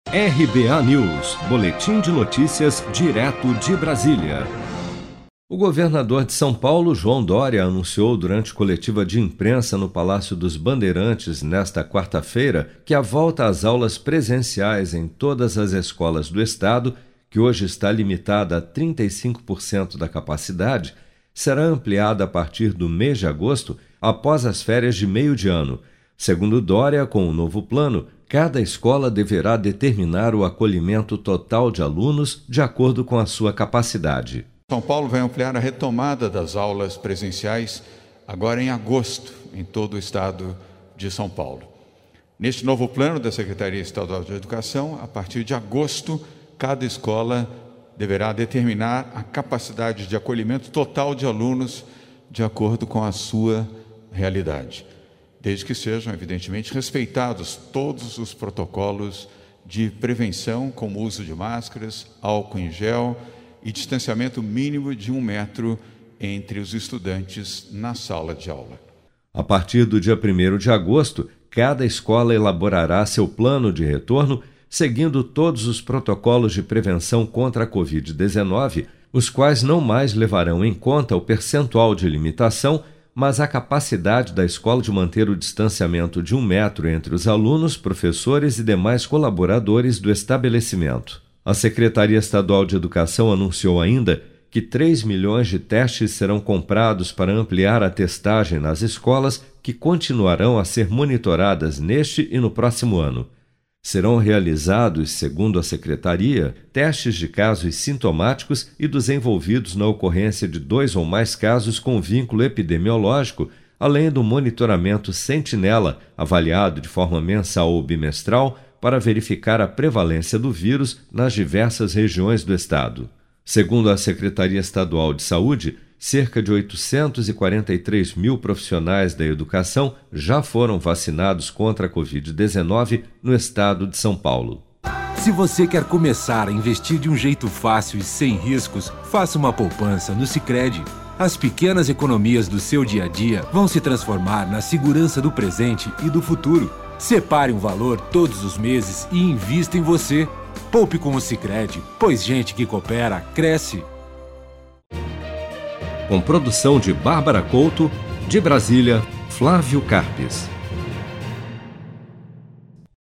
RBA News, boletim de notícias direto de Brasília. O governador de São Paulo, João Dória, anunciou durante coletiva de imprensa no Palácio dos Bandeirantes nesta quarta-feira que a volta às aulas presenciais em todas as escolas do estado, que hoje está limitada a 35% da capacidade, será ampliada a partir do mês de agosto, após as férias de meio de ano. Segundo Dória, com o novo plano, cada escola deverá determinar o acolhimento total de alunos de acordo com a sua capacidade. São Paulo vai ampliar a retomada das aulas presenciais agora em agosto, em todo o estado de São Paulo. Neste novo plano da Secretaria Estadual de Educação, a partir de agosto, cada escola deverá determinar a capacidade de acolhimento total de alunos de acordo com a sua realidade, desde que sejam, evidentemente, respeitados todos os protocolos de prevenção, como o uso de máscaras, álcool em gel e distanciamento mínimo de 1 metro entre os estudantes na sala de aula. A partir do dia 1º de agosto, cada escola elaborará seu plano de retorno, seguindo todos os protocolos de prevenção contra a Covid-19, os quais não mais levarão em conta o percentual de limitação, mas a capacidade da escola de manter o distanciamento de 1 metro entre os alunos, professores e demais colaboradores do estabelecimento. A Secretaria Estadual de Educação anunciou ainda que 3 milhões de testes serão comprados para ampliar a testagem nas escolas, que continuarão a ser monitoradas neste e no próximo ano. Serão realizados, segundo a Secretaria, testes de casos sintomáticos e dos envolvidos na ocorrência de 2 ou mais casos com vínculo epidemiológico, além do monitoramento sentinela, avaliado de forma mensal ou bimestral, para verificar a prevalência do vírus nas diversas regiões do estado. Segundo a Secretaria Estadual de Saúde, cerca de 843 mil profissionais da educação já foram vacinados contra a Covid-19 no estado de São Paulo. Se você quer começar a investir de um jeito fácil e sem riscos, faça uma poupança no Sicredi. As pequenas economias do seu dia a dia vão se transformar na segurança do presente e do futuro. Separe um valor todos os meses e invista em você. Poupe com o Sicredi, pois gente que coopera, cresce. Com produção de Bárbara Couto, de Brasília, Flávio Carpes.